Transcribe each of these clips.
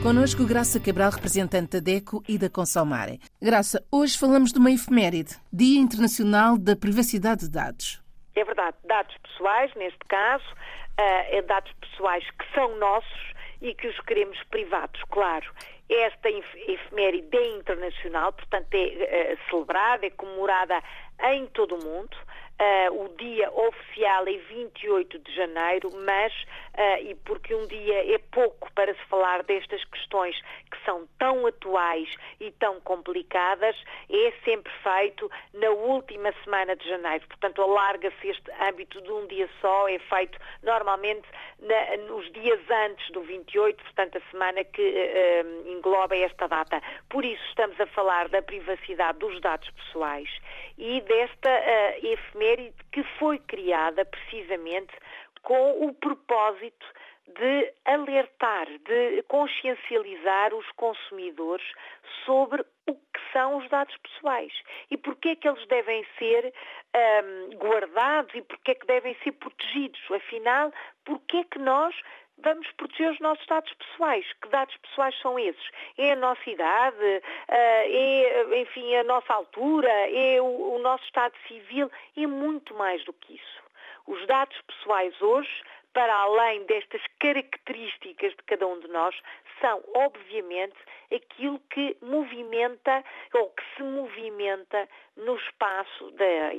Connosco Graça Cabral, representante da DECO e da Consalmare. Graça, hoje falamos de uma efeméride, Dia Internacional da Privacidade de Dados. É verdade, dados pessoais, neste caso, dados pessoais que são nossos e que os queremos privados, claro. Esta efeméride é internacional, portanto é celebrada, é comemorada em todo o mundo. O dia oficial é 28 de janeiro, mas, e porque um dia é pouco para se falar destas questões que são tão atuais e tão complicadas, é sempre feito na última semana de janeiro. Portanto, alarga-se este âmbito de um dia só, é feito normalmente nos dias antes do 28, portanto, a semana que engloba esta data. Por isso, estamos a falar da privacidade dos dados pessoais e desta efeméride que foi criada precisamente com o propósito de alertar, de consciencializar os consumidores sobre o que são os dados pessoais e porque é que eles devem ser guardados e porque é que devem ser protegidos. Afinal, porque é que nós vamos proteger os nossos dados pessoais? Que dados pessoais são esses? É a nossa idade? É, enfim, a nossa altura? É o nosso estado civil? É muito mais do que isso. Os dados pessoais hoje, para além destas características de cada um de nós, são, obviamente, aquilo que movimenta ou que se movimenta no espaço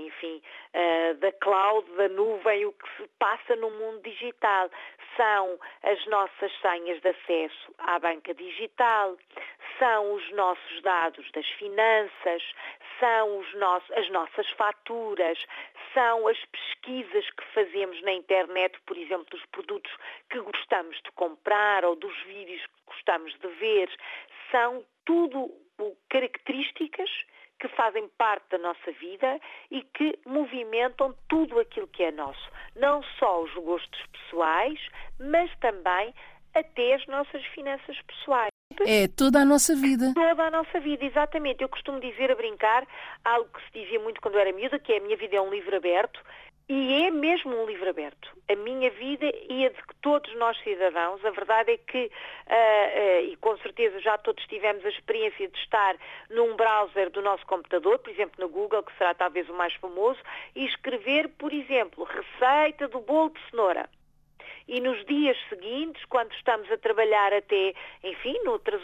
da cloud, da nuvem, o que se passa no mundo digital. São as nossas senhas de acesso à banca digital, são os nossos dados das finanças, são as nossas faturas, são as pesquisas que fazemos na internet, por exemplo, dos produtos que gostamos de comprar ou dos vídeos que gostamos de ver. São tudo características que fazem parte da nossa vida e que movimentam tudo aquilo que é nosso. Não só os gostos pessoais, mas também até as nossas finanças pessoais. É toda a nossa vida. Toda a nossa vida, exatamente. Eu costumo dizer a brincar algo que se dizia muito quando eu era miúda, que é a minha vida é um livro aberto. E é mesmo um livro aberto. A minha vida e a de todos nós cidadãos. A verdade é que, e com certeza já todos tivemos a experiência de estar num browser do nosso computador, por exemplo no Google, que será talvez o mais famoso, e escrever, por exemplo, receita do bolo de cenoura. E nos dias seguintes, quando estamos a trabalhar até, enfim, noutros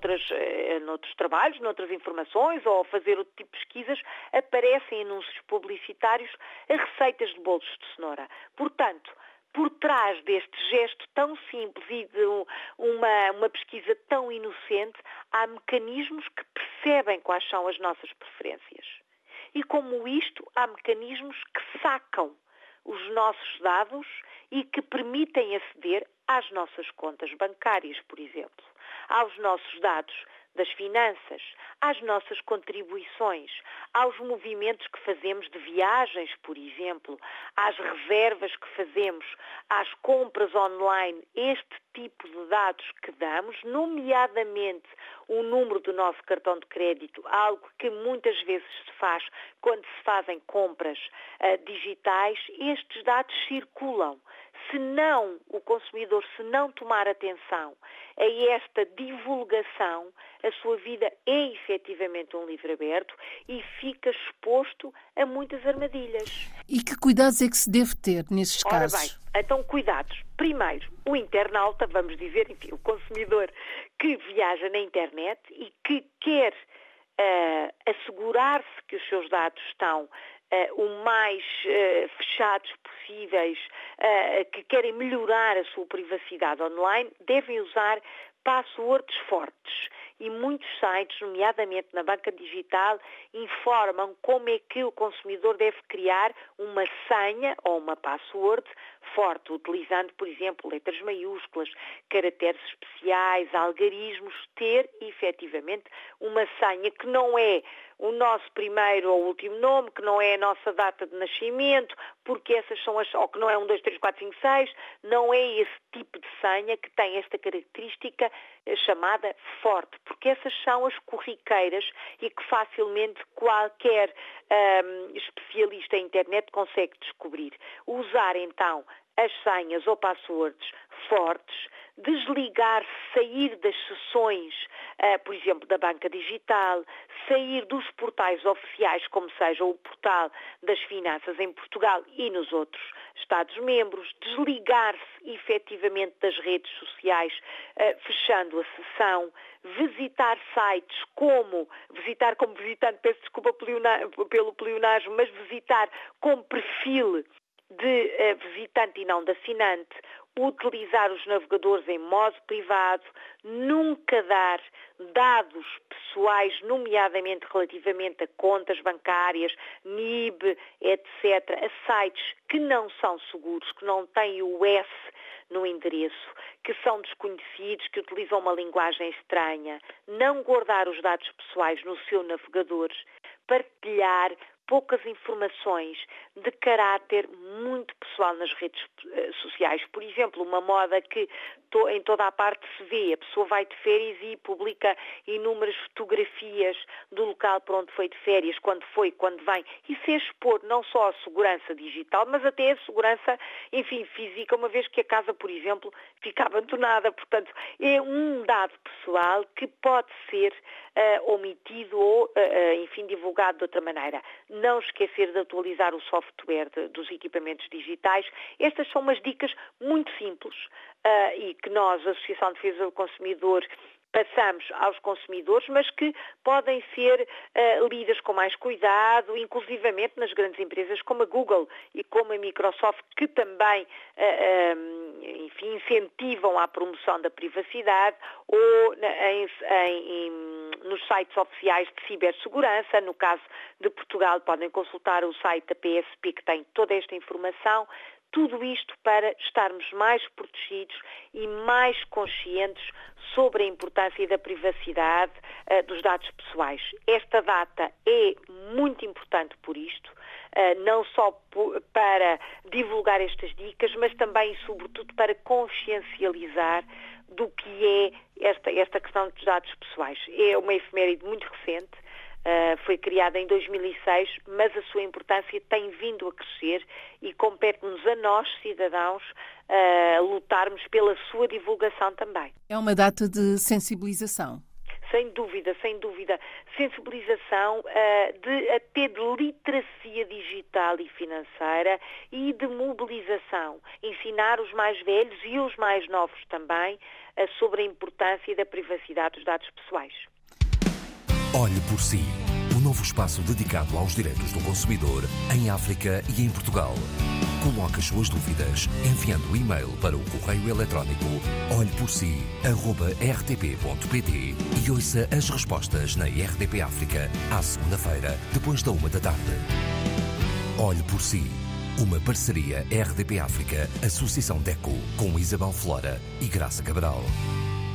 trabalhos, noutras informações ou a fazer outro tipo de pesquisas, aparecem anúncios publicitários a receitas de bolos de cenoura. Portanto, por trás deste gesto tão simples e de uma pesquisa tão inocente, há mecanismos que percebem quais são as nossas preferências. E como isto, há mecanismos que sacam os nossos dados e que permitem aceder às nossas contas bancárias, por exemplo, aos nossos dados das finanças, às nossas contribuições, aos movimentos que fazemos de viagens, por exemplo, às reservas que fazemos, às compras online. Este tipo de dados que damos, nomeadamente o número do nosso cartão de crédito, algo que muitas vezes se faz quando se fazem compras digitais, estes dados circulam. Se não, o consumidor, se não tomar atenção a esta divulgação, a sua vida é efetivamente um livro aberto e fica exposto a muitas armadilhas. E que cuidados é que se deve ter nesses casos? Ora bem, então cuidados. Primeiro, o internauta, vamos dizer, enfim, o consumidor que viaja na internet e que quer assegurar-se que os seus dados estão o mais fechados possíveis, que querem melhorar a sua privacidade online, devem usar passwords fortes. E muitos sites, nomeadamente na banca digital, informam como é que o consumidor deve criar uma senha ou uma password forte, utilizando, por exemplo, letras maiúsculas, caracteres especiais, algarismos, ter efetivamente uma senha que não é o nosso primeiro ou último nome, que não é a nossa data de nascimento, porque essas são ou que não é 1, 2, 3, 4, 5, 6, não é esse tipo de senha que tem esta característica chamada forte, porque essas são as corriqueiras e que facilmente qualquer especialista em internet consegue descobrir. Usar então as senhas ou passwords fortes, desligar-se, sair das sessões, por exemplo, da banca digital, sair dos portais oficiais, como seja o portal das finanças em Portugal e nos outros Estados-membros, desligar-se efetivamente das redes sociais, fechando a sessão, visitar sites como visitante, peço desculpa pelo pleonasmo, mas visitar como perfil de visitante e não de assinante, utilizar os navegadores em modo privado, nunca dar dados pessoais, nomeadamente relativamente a contas bancárias, NIB, etc., a sites que não são seguros, que não têm o S no endereço, que são desconhecidos, que utilizam uma linguagem estranha, não guardar os dados pessoais no seu navegador, partilhar poucas informações de caráter muito pessoal nas redes sociais. Por exemplo, uma moda que em toda a parte se vê, a pessoa vai de férias e publica inúmeras fotografias do local para onde foi de férias, quando foi, quando vem. Isso é expor não só a segurança digital, mas até a segurança, física, uma vez que a casa, por exemplo, fica abandonada. Portanto, é um dado pessoal que pode ser omitido ou, divulgado de outra maneira. Não esquecer de atualizar o software dos equipamentos digitais. Estas são umas dicas muito simples e que nós, a Associação de Defesa do Consumidor, passamos aos consumidores, mas que podem ser lidas com mais cuidado, inclusivamente nas grandes empresas como a Google e como a Microsoft, que também incentivam a promoção da privacidade, ou nos sites oficiais de cibersegurança. No caso de Portugal, podem consultar o site da PSP, que tem toda esta informação. Tudo isto para estarmos mais protegidos e mais conscientes sobre a importância da privacidade dos dados pessoais. Esta data é muito importante por isto, não só para divulgar estas dicas, mas também e sobretudo para consciencializar do que é esta questão dos dados pessoais. É uma efeméride muito recente. Foi criada em 2006, mas a sua importância tem vindo a crescer e compete-nos a nós, cidadãos, lutarmos pela sua divulgação também. É uma data de sensibilização. Sem dúvida. Sensibilização até de literacia digital e financeira e de mobilização. Ensinar os mais velhos e os mais novos também sobre a importância da privacidade dos dados pessoais. Olhe por si, o novo espaço dedicado aos direitos do consumidor em África e em Portugal. Coloque as suas dúvidas enviando o e-mail para o correio eletrónico olheporsi@rtp.pt e ouça as respostas na RDP África à segunda-feira, depois da 1 da tarde. Olhe por si, uma parceria RDP África, Associação DECO, com Isabel Flora e Graça Cabral.